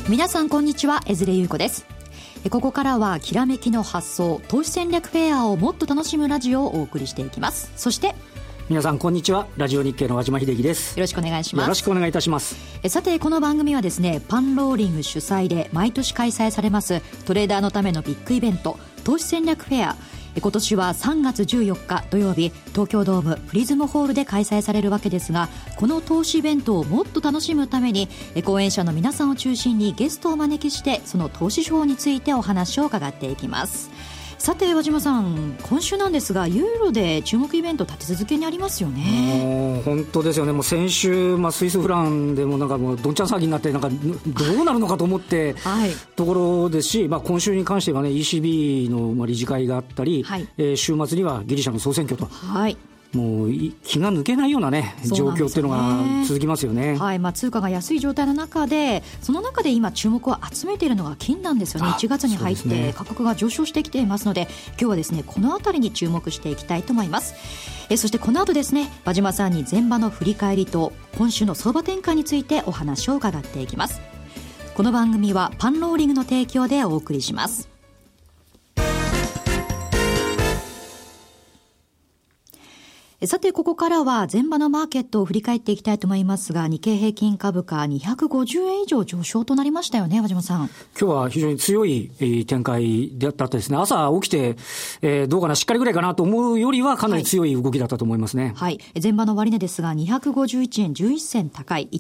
皆さんこんにちは、江連優子です。ここからはきらめきの発想、投資戦略フェアをもっと楽しむラジオをお送りしていきます。そして皆さんこんにちは、ラジオ日経の和島秀樹です。 よろしくお願いします。 よろしくお願いいたします。 さて、この番組はですね、パンローリング主催で毎年開催されますトレーダーのためのビッグイベント、投資戦略フェア。今年は3月14日土曜日、東京ドームプリズムホールで開催されるわけですが、この投資イベントをもっと楽しむために講演者の皆さんを中心にゲストをお招きして、その投資手法についてお話を伺っていきます。さて和島さん、今週なんですがユーロで注目イベント立て続けにありますよね。 もう本当ですよね。もう先週、スイスフランでもなんかもうどんちゃん騒ぎになって、なんかどうなるのかと思って、ところですし、今週に関してはね ECB の理事会があったり、週末にはギリシャの総選挙と、もう気が抜けないようなね状況っていうのが続きますよね。 通貨が安い状態の中で、その中で今注目を集めているのが金なんですよね。1月に入って価格が上昇してきていますので、今日はですねこのあたりに注目していきたいと思います。そしてこの後ですね、和島さんに前場の振り返りと今週の相場展開についてお話を伺っていきます。この番組はパンローリングの提供でお送りします。さて、ここからは前場のマーケットを振り返っていきたいと思いますが、日経平均株価250円以上上昇となりましたよね、和島さん。 今日は非常に強い展開だったですね。朝起きて、どうかな、しっかりぐらいかなと思うよりはかなり強い動きだったと思いますね。 前場の終値ですが251円11銭高い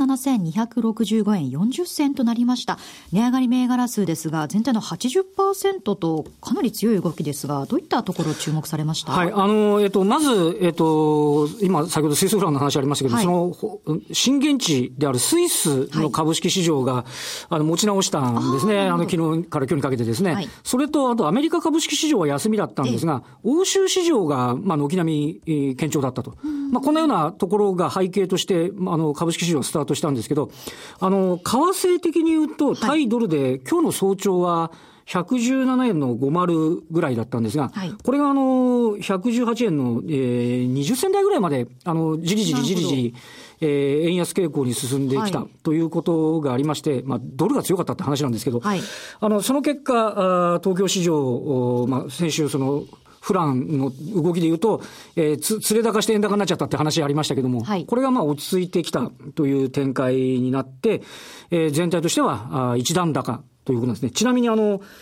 17,265 円40銭となりました。値上がり銘柄数ですが全体の 80% とかなり強い動きですが、どういったところを注目されました？ まず今先ほどスイスフランの話ありましたけど、その震源地であるスイスの株式市場が、持ち直したんですね。昨日から今日にかけてですね。それとあとアメリカ株式市場は休みだったんですが、欧州市場が軒並み堅調だったと。このようなところが背景として株式市場スタートしたんですけど、為替的に言うと対ドルで今日の早朝は117円の50ぐらいだったんですが、これが118円の、20銭台ぐらいまでじりじり円安傾向に進んできたということがありまして、ドルが強かったって話なんですけど、その結果東京市場、先週そのフランの動きで言うと、つれ高して円高になっちゃったって話ありましたけども、これが落ち着いてきたという展開になって、全体としては一段高ということですね。ちなみに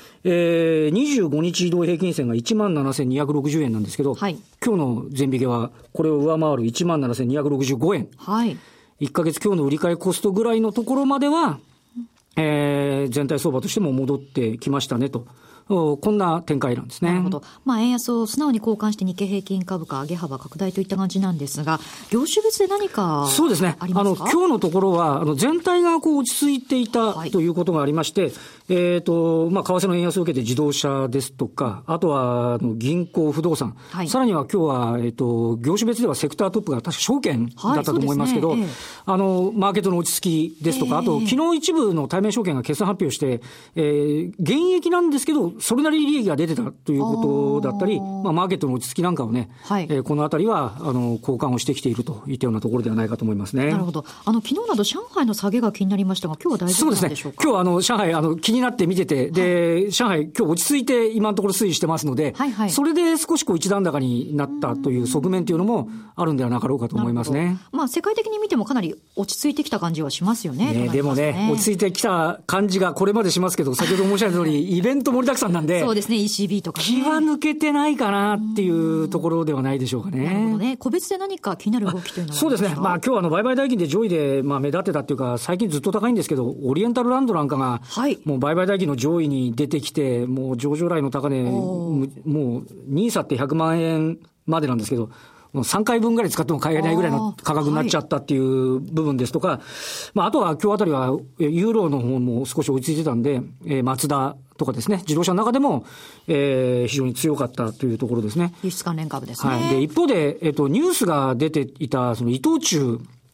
25日移動平均線が 17,260 円なんですけど、今日の前引けはこれを上回る 17,265 円。1ヶ月今日の売り買いコストぐらいのところまでは、全体相場としても戻ってきましたねと。こんな展開なんですね。 なるほど。円安を素直に交換して日経平均株価上げ幅拡大といった感じなんですが、業種別で何かありますか？ そうですね。今日のところは全体が落ち着いていたということがありまして、為替の円安を受けて自動車ですとか、あとは銀行、不動産、さらには今日は業種別ではセクタートップが確か証券だったと思いますけど、マーケットの落ち着きですとか、あと昨日一部の対面証券が決算発表して、減益なんですけどそれなりに利益が出てたということだったり、マーケットの落ち着きなんかをね、このあたりは交換をしてきているといったようなところではないかと思いますね。 なるほど。昨日など上海の下げが気になりましたが、今日は大丈夫なんでしょうか？ そうですね。今日上海気になって見てて、で上海今日落ち着いて今のところ推移してますので、それで少し一段高になったという側面というのもあるんではなかろうかと思いますね。 世界的に見てもかなり落ち着いてきた感じはしますよね。 でもね、落ち着いてきた感じがこれまでしますけど、先ほど申し上げた通りイベント盛りだくさんなんで、 そうですね、ECB とかね、 気は抜けてないかなっていうところではないでしょうかね。 なるほどね。個別で何か気になる動きというのは？ そうですね。今日売買代金で上位で目立ってたっていうか、最近ずっと高いんですけど、オリエンタルランドなんかがもう売買代金の上位に出てきて、もう上場来の高値、もうNISAって100万円までなんですけど、もう3回分ぐらい使っても買えないぐらいの価格になっちゃったっていう部分ですとか、あとは今日あたりはユーロの方も少し追いついてたんで、マツダとかですね、自動車の中でも、非常に強かったというところですね。 輸出関連株ですね。 で一方で、ニュースが出ていたその伊藤忠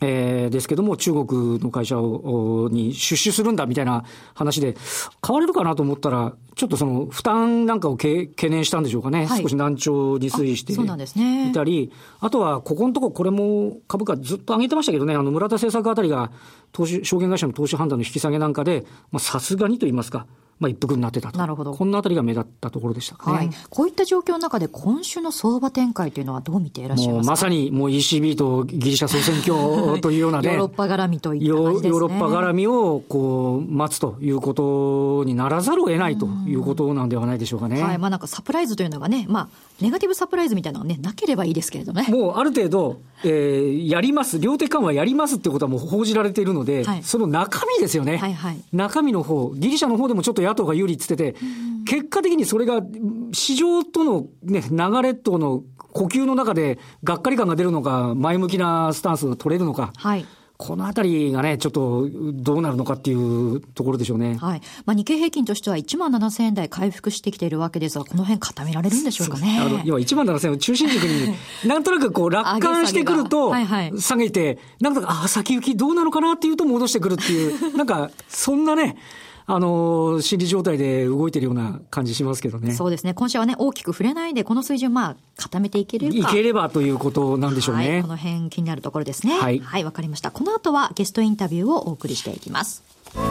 ですけども、中国の会社に出資するんだみたいな話で、買われるかなと思ったら、ちょっとその負担なんかを懸念したんでしょうかね。少し難聴に推移していたり、あとはここのところ、これも株価ずっと上げてましたけどね、村田製作あたりが証券会社の投資判断の引き下げなんかで、さすがにと言いますか、一服になってたと。 なるほど。 こんなあたりが目立ったところでしたかね。 こういった状況の中で今週の相場展開というのはどう見ていらっしゃいますか？ まさにもう ECB とギリシャ総選挙というようなね、 ヨーロッパ絡みといった感じですね。 ヨーロッパ絡みを待つということにならざるを得ないということなんではないでしょうかね。 なんかサプライズというのがね、ネガティブサプライズみたいなのがね、なければいいですけれどね。 もうある程度、やります、量的緩和やりますってことはもう報じられているので、その中身ですよね。中身の方、ギリシャの方でもちょっと野党が有利って言ってて、結果的にそれが市場との、流れとの呼吸の中でがっかり感が出るのか、前向きなスタンスが取れるのか、このあたりがね、ちょっとどうなるのかっていうところでしょうね。 日経平均としては17,000円台回復してきているわけですが、この辺固められるんでしょうかね。 要は17,000円を中心軸になんとなく楽観してくると下げて、なんとか先行きどうなのかなっていうと戻してくるっていうなんかそんなね、心理状態で動いているような感じしますけどね。 そうですね。今週はね、大きく触れないで、この水準、固めていければということなんでしょうね。 この辺気になるところですね。わかりました。この後はゲストインタビューをお送りしていきます。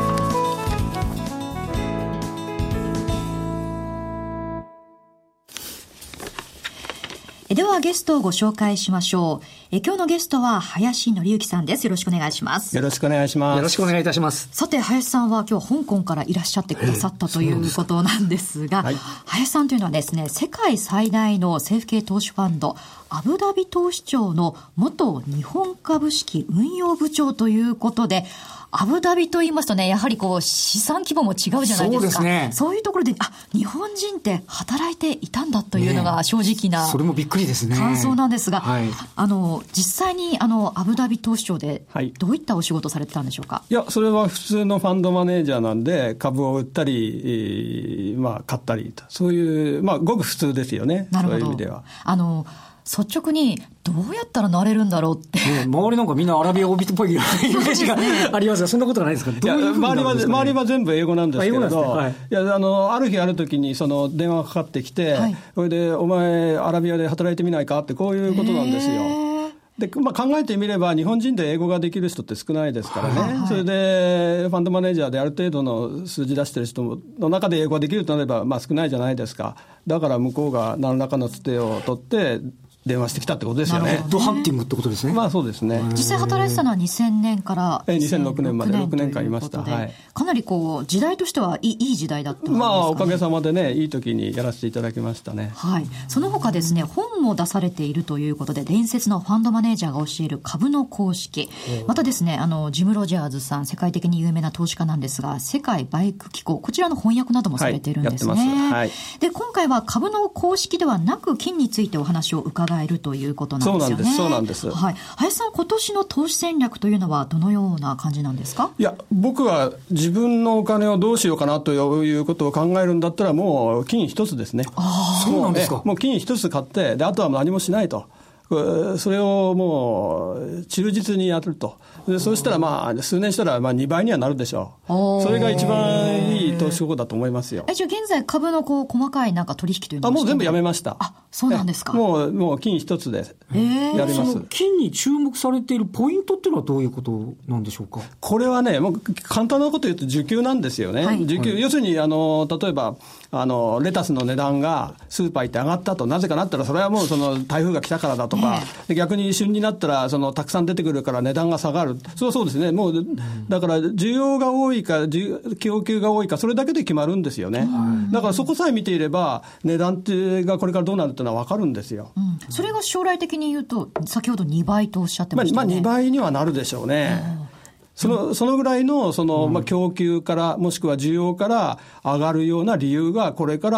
ではゲストをご紹介しましょう。今日のゲストは林紀之さんです。よろしくお願いします。 よろしくお願いします。 よろしくお願いいたします。 さて、林さんは今日香港からいらっしゃってくださったということなんですが、林さんというのはですね、世界最大の政府系投資ファンドアブダビ投資庁の元日本株式運用部長ということで、アブダビと言いますとね、やはり資産規模も違うじゃないですか。 そうですね。 そういうところで、日本人って働いていたんだというのが正直な、 それもびっくりですね。 感想なんですが、実際にアブダビ投資庁でどういったお仕事されてたんでしょうか？ いや、それは普通のファンドマネージャーなんで、株を売ったり、買ったりと、そういう、ごく普通ですよね。 なるほど。 そういう意味では。 率直にどうやったらなれるんだろうって、 周りなんかみんなアラビアオービットっぽいイメージがありますが、そんなことはないですか？どういうふうになるんですかね？周りは全部英語なんですけれど、ある日ある時に電話がかかってきて、それでお前アラビアで働いてみないかって、こういうことなんですよ。で考えてみれば日本人で英語ができる人って少ないですからね、それでファンドマネージャーである程度の数字出してる人の中で英語ができるとなれば、少ないじゃないですか。だから向こうが何らかのつてを取って電話してきたってことですよね。 ヘッドハンティングってことですね。 そうですね。 実際働いてたのは2000年から 2006年まで6年間いました。 かなり時代としてはいい時代だったんですかね。 おかげさまでね、いい時にやらせていただきましたね。 その他ですね、本も出されているということで、伝説のファンドマネージャーが教える株の公式、またですね、ジム・ロジャーズさん、世界的に有名な投資家なんですが、世界バイク機構、こちらの翻訳などもされているんですね。で、今回は株の公式ではなく金についてお話を伺えるということなんですよね。 そうなんです。 林さん、今年の投資戦略というのはどのような感じなんですか？ いや、僕は自分のお金をどうしようかなということを考えるんだったら、もう金一つですね。 そうなんですか。 もう金一つ買って、であとは何もしないと。それをもう忠実にやると。でそうしたら数年したら2倍にはなるでしょう。それが一番いい投資方法だと思いますよ。 じゃあ現在株の細かい取引というのはもう全部やめました。 そうなんですか。 もう金一つでやります。 その金に注目されているポイントっていうのはどういうことなんでしょうか？ これはね、もう簡単なこと言うと需給なんですよね。需給、要するに例えばレタスの値段がスーパー行って上がったと、なぜかなったら、それはもう台風が来たからだとか、逆に旬になったらたくさん出てくるから値段が下がる。そうですね。もうだから需要が多いか供給が多いか、それだけで決まるんですよね。だからそこさえ見ていれば値段ってがこれからどうなるっていうのは分かるんですよ。 それが将来的に言うと、先ほど2倍とおっしゃってましたね。 2倍にはなるでしょうね。そのぐらいの供給からもしくは需要から上がるような理由がこれから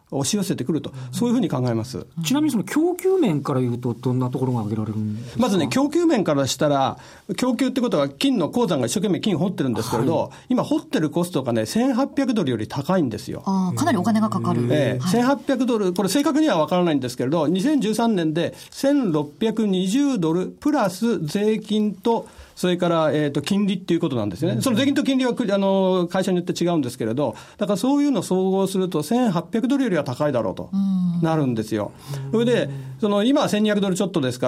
押し寄せてくると、そういうふうに考えます。 ちなみにその供給面から言うと、どんなところが挙げられるんですか？ まずね、供給面からしたら、供給ってことは金の鉱山が一生懸命金を掘ってるんですけれど、今掘ってるコストがね、1800ドルより高いんですよ。 かなりお金がかかる。 1800ドル、これ正確には分からないんですけれど、2013年で1620ドルプラス税金と、それから、金利っていうことなんですよね。その税金と金利は会社によって違うんですけれど、だからそういうのを総合すると1800ドルよりは高いだろうとなるんですよ。それで今は1200ドルちょっとですから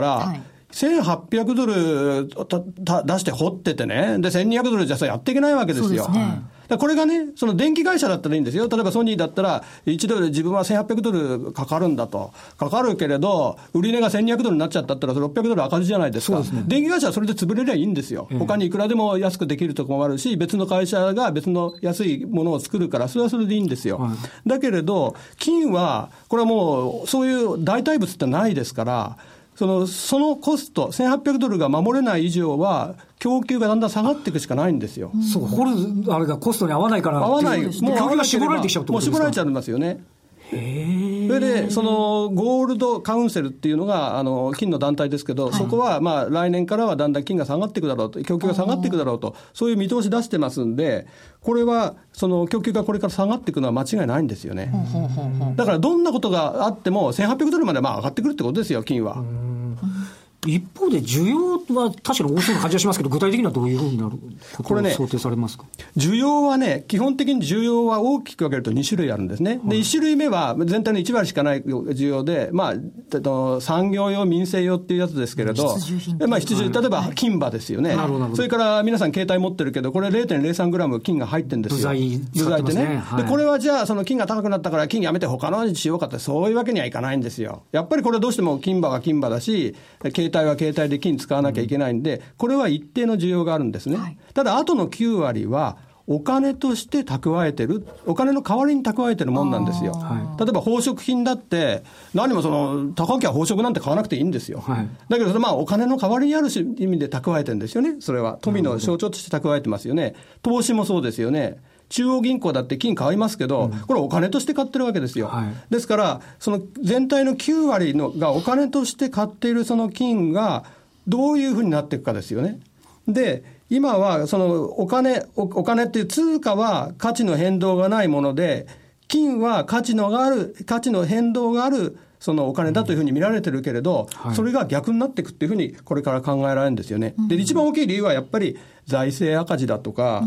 、1800ドル出して掘っててね、で1200ドルじゃやっていけないわけですよ。これがね、その電気会社だったらいいんですよ。例えばソニーだったら1ドルで自分は1800ドルかかるんだと。かかるけれど売値が1200ドルになっちゃったったら600ドル赤字じゃないですか。電気会社はそれで潰れりゃいいんですよ。他にいくらでも安くできるところもあるし、別の会社が別の安いものを作るから、それはそれでいいんですよ。だけれど金はこれはもうそういう代替物ってないですから、そのコスト1800ドルが守れない以上は供給がだんだん下がっていくしかないんですよ。 そう、これあれがコストに合わないから、 合わない、もう供給が絞られてきちゃうってことですか？ もう絞られちゃいますよね。それでそのゴールドカウンセルっていうのが金の団体ですけど、そこはまあ来年からはだんだん金が下がっていくだろうと、供給が下がっていくだろうと、そういう見通し出してますんで、これはその供給がこれから下がっていくのは間違いないんですよね。だからどんなことがあっても1800ドルまでまあ上がってくるってことですよ、金は。 一方で需要は確かに多そうな感じがしますけど、具体的にはどういうふうになることを想定されますか？ 需要はね、基本的に需要は大きく分けると2種類あるんですね。で、1種類目は全体の1割しかない需要で、まあ、産業用、民生用っていうやつですけれど、まあ、例えば金歯ですよね。それから皆さん携帯持ってるけど、これ 0.03 グラム金が入ってるんですよ。部材ってね。で、これはじゃあその金が高くなったから金やめて他のにしようかって、そういうわけにはいかないんですよ。やっぱりこれどうしても金歯は金歯だし、携帯は携帯で金使わなきゃいけないんで、これは一定の需要があるんですね。ただあとの9割はお金として蓄えてる、お金の代わりに蓄えてるもんなんですよ。例えば宝飾品だって何も高きゃ宝飾なんて買わなくていいんですよ。だけどまあお金の代わりにある意味で蓄えてるんですよね。それは富の象徴として蓄えてますよね。投資もそうですよね。中央銀行だって金買いますけど、これお金として買ってるわけですよ。ですからその全体の9割がお金として買っているその金がどういうふうになっていくかですよね。で、今はそのお金っていう通貨は価値の変動がないもので、金は価値の変動があるそのお金だというふうに見られてるけれど、それが逆になっていくっていうふうにこれから考えられるんですよね。で、一番大きい理由はやっぱり財政赤字だとか、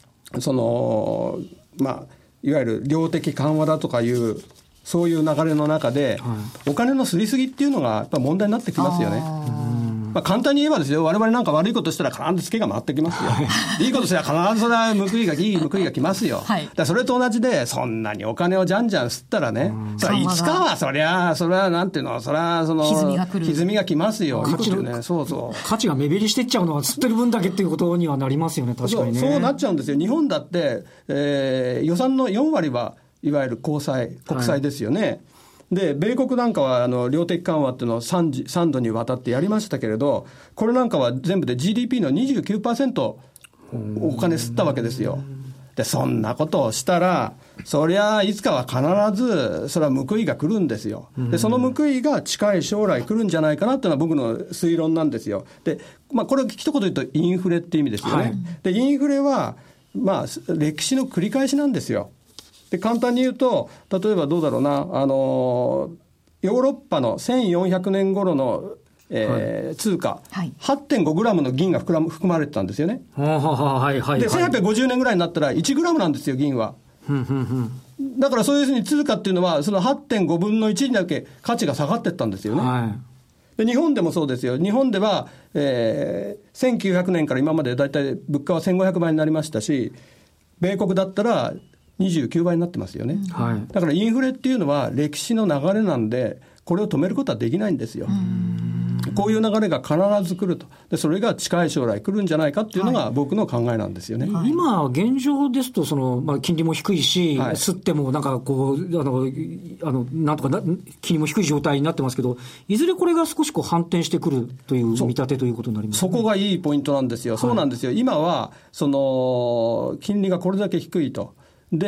まあ、いわゆる量的緩和だとかいうそういう流れの中で、お金のすりすぎっていうのがやっぱ問題になってきますよね。まあ、簡単に言えばですよ、我々なんか悪いことしたら必ずツケが回ってきますよ。いいことしたら必ずそれは報いが来ますよ。だからそれと同じで、そんなにお金をじゃんじゃん吸ったらね、いつかはそれはなんていうの、それは歪みが来ますよ。価値が目減りしていっちゃうのは吸ってる分だけっていうことにはなりますよね。確かにね。そうなっちゃうんですよ。日本だって、予算の4割はいわゆる国債ですよね。で、米国なんかは量的緩和っていうのを3度にわたってやりましたけれど、これなんかは全部で GDP の 29% お金吸ったわけですよ。で、そんなことをしたら、そりゃいつかは必ずそれは報いが来るんですよ。で、その報いが近い将来来るんじゃないかなっていうのは僕の推論なんですよ。で、まあ、これ一言言うとインフレって意味ですよね。で、インフレはまあ歴史の繰り返しなんですよ。で、簡単に言うと、例えばどうだろうな、ヨーロッパの1400年頃の、通貨、8.5 グラムの銀が含まれてたんですよね。で、1850年ぐらいになったら1グラムなんですよ、銀は。だからそういうふうに通貨っていうのは、その 8.5 分の1にだけ価値が下がっていったんですよね。で、日本でもそうですよ。日本では、1900年から今までだいたい物価は1500倍になりましたし、米国だったら29倍になってますよね。だからインフレっていうのは歴史の流れなんで、これを止めることはできないんですよ。こういう流れが必ず来ると。で、それが近い将来来るんじゃないかっていうのが僕の考えなんですよね。 今現状ですとまあ、金利も低いし、吸ってもなんかこうなんとか金利も低い状態になってますけど、いずれこれが少し反転してくるという見立てということになりますね。そこがいいポイントなんですよ。そうなんですよ。今は金利がこれだけ低いと。で、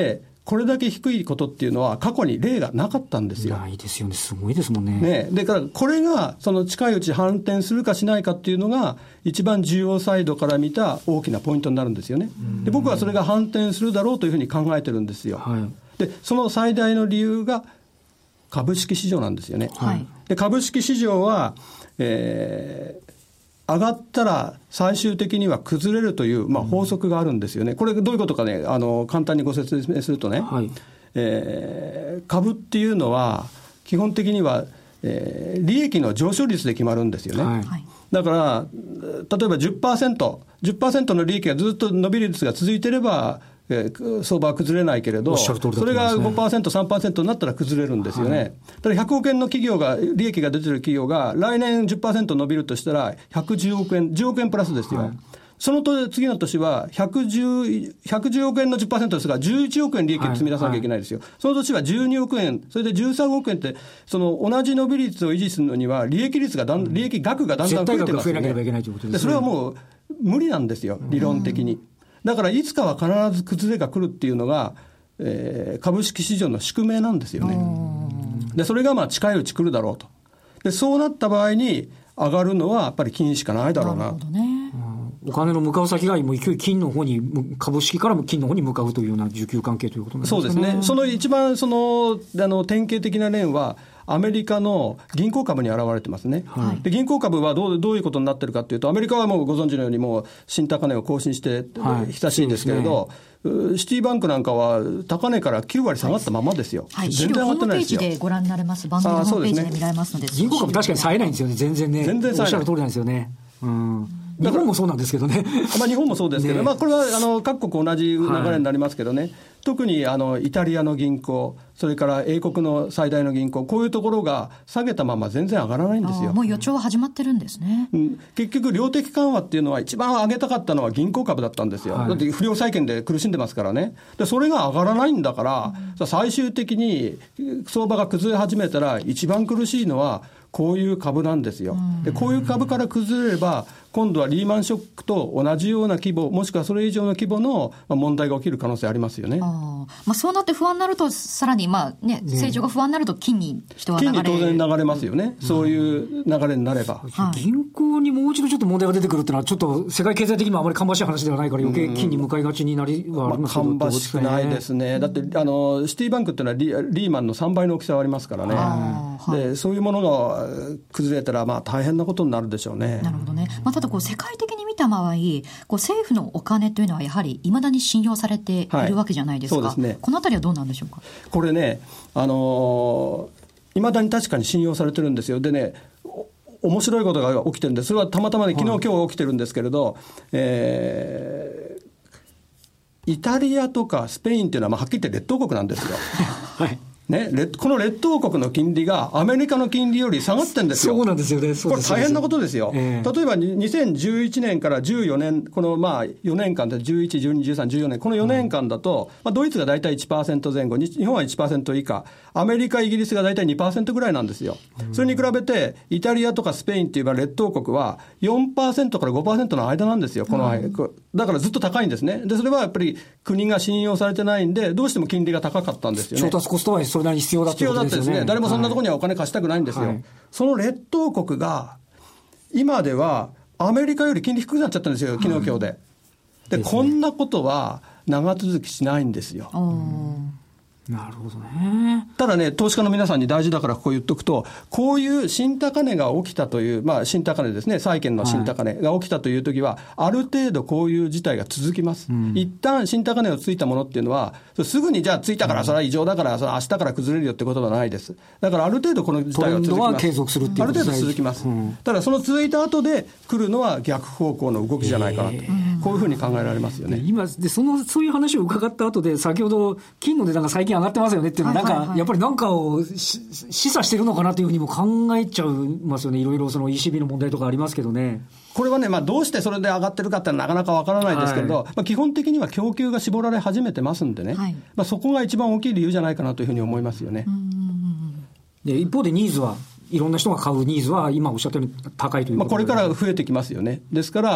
これだけ低いことっていうのは過去に例がなかったんですよ。 ないですよね。すごいですもんね。 だからこれがその近いうち反転するかしないかっていうのが一番需要サイドから見た大きなポイントになるんですよね。で僕はそれが反転するだろうというふうに考えてるんですよ。でその最大の理由が株式市場なんですよね。で株式市場は、上がったら最終的には崩れるという、法則があるんですよね。これどういうことかね、簡単にご説明するとね、株っていうのは基本的には、利益の上昇率で決まるんですよね。だから例えば 10% の利益がずっと伸び率が続いていれば相場は崩れないけれど、それが 5%、3% になったら崩れるんですよね。だから100億円の企業が、利益が出てる企業が、来年 10% 伸びるとしたら、110億円、10億円プラスですよ。その次の年は110億円の 10% ですが、11億円利益を積み出さなきゃいけないですよ。その年は12億円、それで13億円って、その同じ伸び率を維持するのには、利益額がだんだん増えてますよね。 絶対額増えなければいけないということですね。 それはもう無理なんですよ、理論的に。だからいつかは必ず崩れが来るっていうのが、株式市場の宿命なんですよね。でそれが近いうち来るだろうと。でそうなった場合に上がるのはやっぱり金しかないだろうな。 お金の向かう先がもう勢い金の方に、株式からも金の方に向かうというような需給関係ということなんですかね。 そうですね。その一番典型的な例はアメリカの銀行株に現れてますね。で銀行株はどういうことになってるかというと、アメリカはもうご存知のようにもう新高値を更新して久しいんですけれど、シティバンクなんかは高値から9割下がったままですよ。 全然上がってないですよ。ホームページでご覧になれます。番組のホームページで見られますので。 銀行株確かに冴えないんですよね。全然ね。 全然冴えない。 おっしゃる通りなんですよね。日本もそうなんですけどね。 日本もそうですけど、これは各国同じ流れになりますけどね、特にイタリアの銀行、それから英国の最大の銀行、こういうところが下げたまま全然上がらないんですよ。 もう予兆は始まってるんですね。 結局量的緩和っていうのは一番上げたかったのは銀行株だったんですよ。だって不良債権で苦しんでますからね。でそれが上がらないんだから、最終的に相場が崩れ始めたら一番苦しいのはこういう株なんですよ。でこういう株から崩れれば今度はリーマンショックと同じような規模、もしくはそれ以上の規模の問題が起きる可能性ありますよね。 そうなって不安になると、さらに成長が不安になると金に人は流れる。 金に当然流れますよね。そういう流れになれば。 銀行にもう一度ちょっと問題が出てくるっていうのは、ちょっっと世界経済的にもあまり芳しい話ではないから余計金に向かいがちになりはありますけど、 芳しくないですね。だってシティバンクっていうのはリーマンの3倍の大きさはありますからね。でそういうものが崩れたら大変なことになるでしょうね。 なるほどね。ただ世界的に見た場合、政府のお金というのはやはりいまだに信用されているわけじゃないですか。そうですね。このあたりはどうなんでしょうか。 これね、いまだに確かに信用されてるんですよ。でね、面白いことが起きてるんです。それはたまたまね、昨日、今日起きてるんですけれど、イタリアとかスペインっていうのははっきり言って劣等国なんですよ。はいね、この劣等国の金利がアメリカの金利より下がってるんですよ。 そうなんですよね。 これ大変なことですよ。例えば2011年から14年、この4年間で11、12、13、14年、この4年間だと、ドイツが大体 1% 前後、日本は 1% 以下、アメリカ、イギリスが大体 2% ぐらいなんですよ。それに比べて、イタリアとかスペインっていう劣等国は 4% から 5% の間なんですよ。だからずっと高いんですね。で、それはやっぱり国が信用されてないんで、どうしても金利が高かったんですよね。 調達コストはそれなりに必要だってことですよね。 必要だってですね。誰もそんなところにはお金貸したくないんですよ。その劣等国が、今ではアメリカより金利低くなっちゃったんですよ、昨日今日で。で、こんなことは長続きしないんですよ。 なるほどね。 ただね、投資家の皆さんに大事だからここ言っとくと、こういう新高値が起きたという、新高値ですね、債券の新高値が起きたというときは、ある程度こういう事態が続きます。一旦新高値をついたものっていうのは、すぐにじゃあついたから、それは異常だから、それ明日から崩れるよってことはないです。だからある程度この事態は続きます。トレンドは継続するっていうことですね。 ある程度続きます。ただその続いた後で来るのは逆方向の動きじゃないかなと。こういうふうに考えられますよね。 今でそういう話を伺った後で、先ほど金の値段が最近上がってますよねっていうのは、やっぱり何かを示唆してるのかなというふうにも考えちゃいますよね。いろいろECB の問題とかありますけどね。 これはね、どうしてそれで上がってるかってなかなかわからないですけれど、基本的には供給が絞られ始めてますんでね、そこが一番大きい理由じゃないかなというふうに思いますよね。 で一方でニーズはいろんな人が買うニーズは今おっしゃったように高いということこれから増えてきますよね。ですから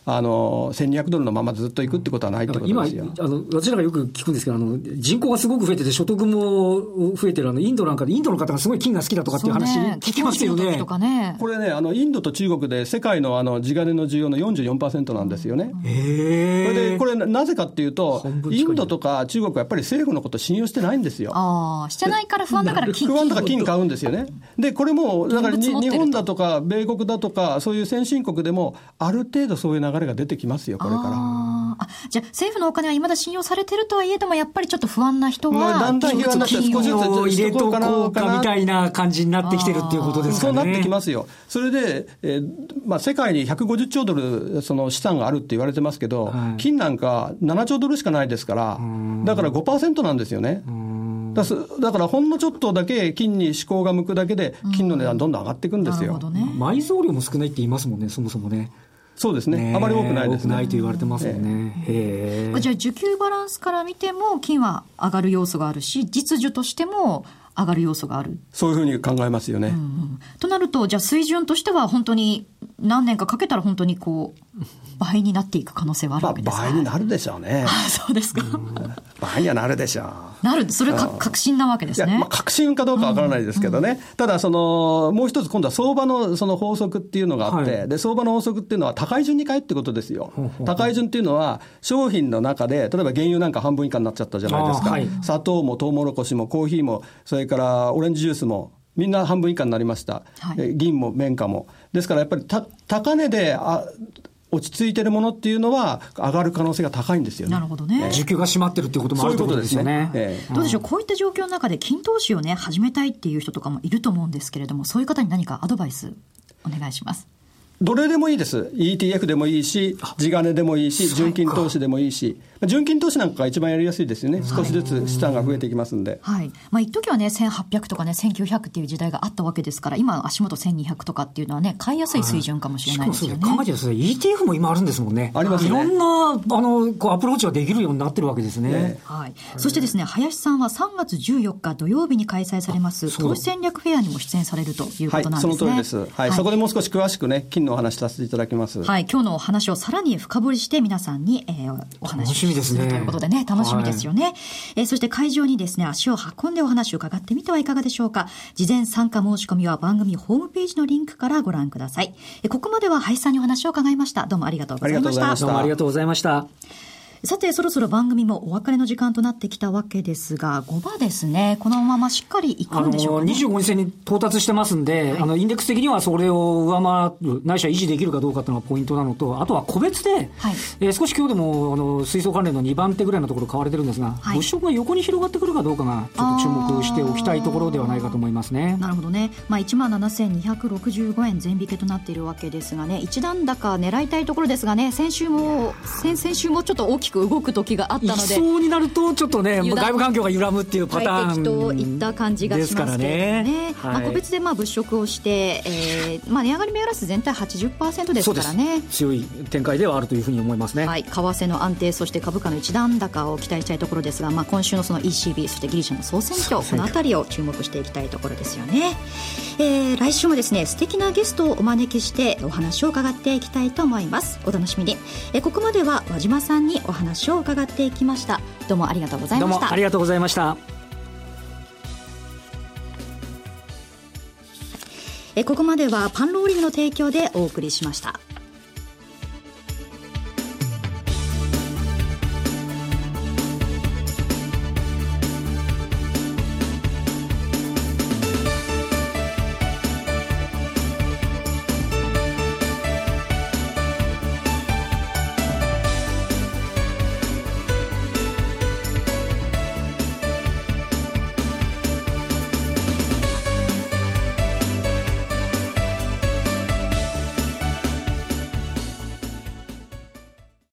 1200ドルのままずっといくってことはないってことですよ。 今私らがよく聞くんですけど、人口がすごく増えてて所得も増えてるインドなんかでインドの方がすごい金が好きだとかっていう話聞きますよね。 これね、インドと中国で世界の地金の需要の 44% なんですよね。これなぜかっていうと、インドとか中国はやっぱり政府のことを信用してないんですよ。 してないから不安だから金買うんですよね。でこれもだから日本だとか米国だとかそういう先進国でもある程度そういう流れが出てきますよ、これから。 じゃあ政府のお金は未だ信用されてるとはいえども、やっぱりちょっと不安な人はだんだん不安になって少しずつ入れとこうかみたいな感じになってきてるっていうことですかね。 そうなってきますよ。それで、世界に150兆ドルその資産があるって言われてますけど、金なんか7兆ドルしかないですから、だから 5% なんですよね。だからほんのちょっとだけ金に志向が向くだけで金の値段どんどん上がっていくんですよ。 埋蔵量も少ないって言いますもんね、そもそもね。 そうですね、あまり多くないですね。 多くないと言われてますもんね。 じゃあ需給バランスから見ても金は上がる要素があるし、実需としても上がる要素がある。 そういうふうに考えますよね。 となると、じゃあ水準としては本当に何年かかけたら本当に倍になっていく可能性はあるわけですか。 倍になるでしょうね。 そうですか。 倍にはなるでしょう。 それは確信なわけですね。 確信かどうかわからないですけどね。ただもう一つ今度は相場のその法則っていうのがあって、で相場の法則っていうのは高い順に買えってことですよ。高い順っていうのは商品の中で、例えば原油なんか半分以下になっちゃったじゃないですか。砂糖もトウモロコシもコーヒーもそれからオレンジジュースもみんな半分以下になりました。銀も綿花も。ですからやっぱり高値で落ち着いてるものっていうのは上がる可能性が高いんですよね。 なるほどね。 需給が閉まってるっていうこともあるということですよね。 どうでしょう、こういった状況の中で金投資をね始めたいっていう人とかもいると思うんですけれども、そういう方に何かアドバイスお願いします。 どれでもいいです。ETF でもいいし、地金でもいいし、純金投資でもいいし、純金投資なんかが一番やりやすいですよね。少しずつ資産が増えていきますんで。 一時はね、1800とかね、1900っていう時代があったわけですから、今足元1200とかっていうのはね、買いやすい水準かもしれないですよね。 考えてください。ETF も今あるんですもんね。 ありますね。 いろんな、アプローチができるようになってるわけですね。 そしてですね、林さんは3月14日土曜日に開催されます、投資戦略フェアにも出演されるということなんですね。 その通りです。そこでもう少し詳しくね、金のお話させていただきます。 今日のお話をさらに深掘りして皆さんに、お話しするということでね、楽しみですよね。そして会場にですね、足を運んでお話を伺ってみてはいかがでしょうか。事前参加申し込みは番組ホームページのリンクからご覧ください。ここまでは林さんにお話を伺いました。どうもありがとうございました。 どうもありがとうございました。 さて、そろそろ番組もお別れの時間となってきたわけですが、5番ですね、このまましっかりいくんでしょうかね。 25日線に到達してますんで、インデックス的にはそれを上回る、ないしは維持できるかどうかというのがポイントなのと、あとは個別で、少し今日でも水素関連の2番手ぐらいのところ買われてるんですが、物色が横に広がってくるかどうかがちょっと注目しておきたいところではないかと思いますね。 なるほどね。17,265 円全引けとなっているわけですがね、一段高狙いたいところですがね、先週もちょっと大きく動く時があったので、 そうになるとちょっとね、外部環境が揺らむっていうパターンといった感じがしますけれどもね。個別で物色をして、値上がり銘柄数全体 80% ですからね。 強い展開ではあるというふうに思いますね。 為替の安定、そして株価の一段高を期待したいところですが、今週のその ECB、そしてギリシャの総選挙、このあたりを注目していきたいところですよね。来週もですね、素敵なゲストをお招きしてお話を伺っていきたいと思います。お楽しみに。ここまでは和島さんにお話を伺っていきました。どうもありがとうございました。 どうもありがとうございました。 ここまではパンローリングの提供でお送りしました。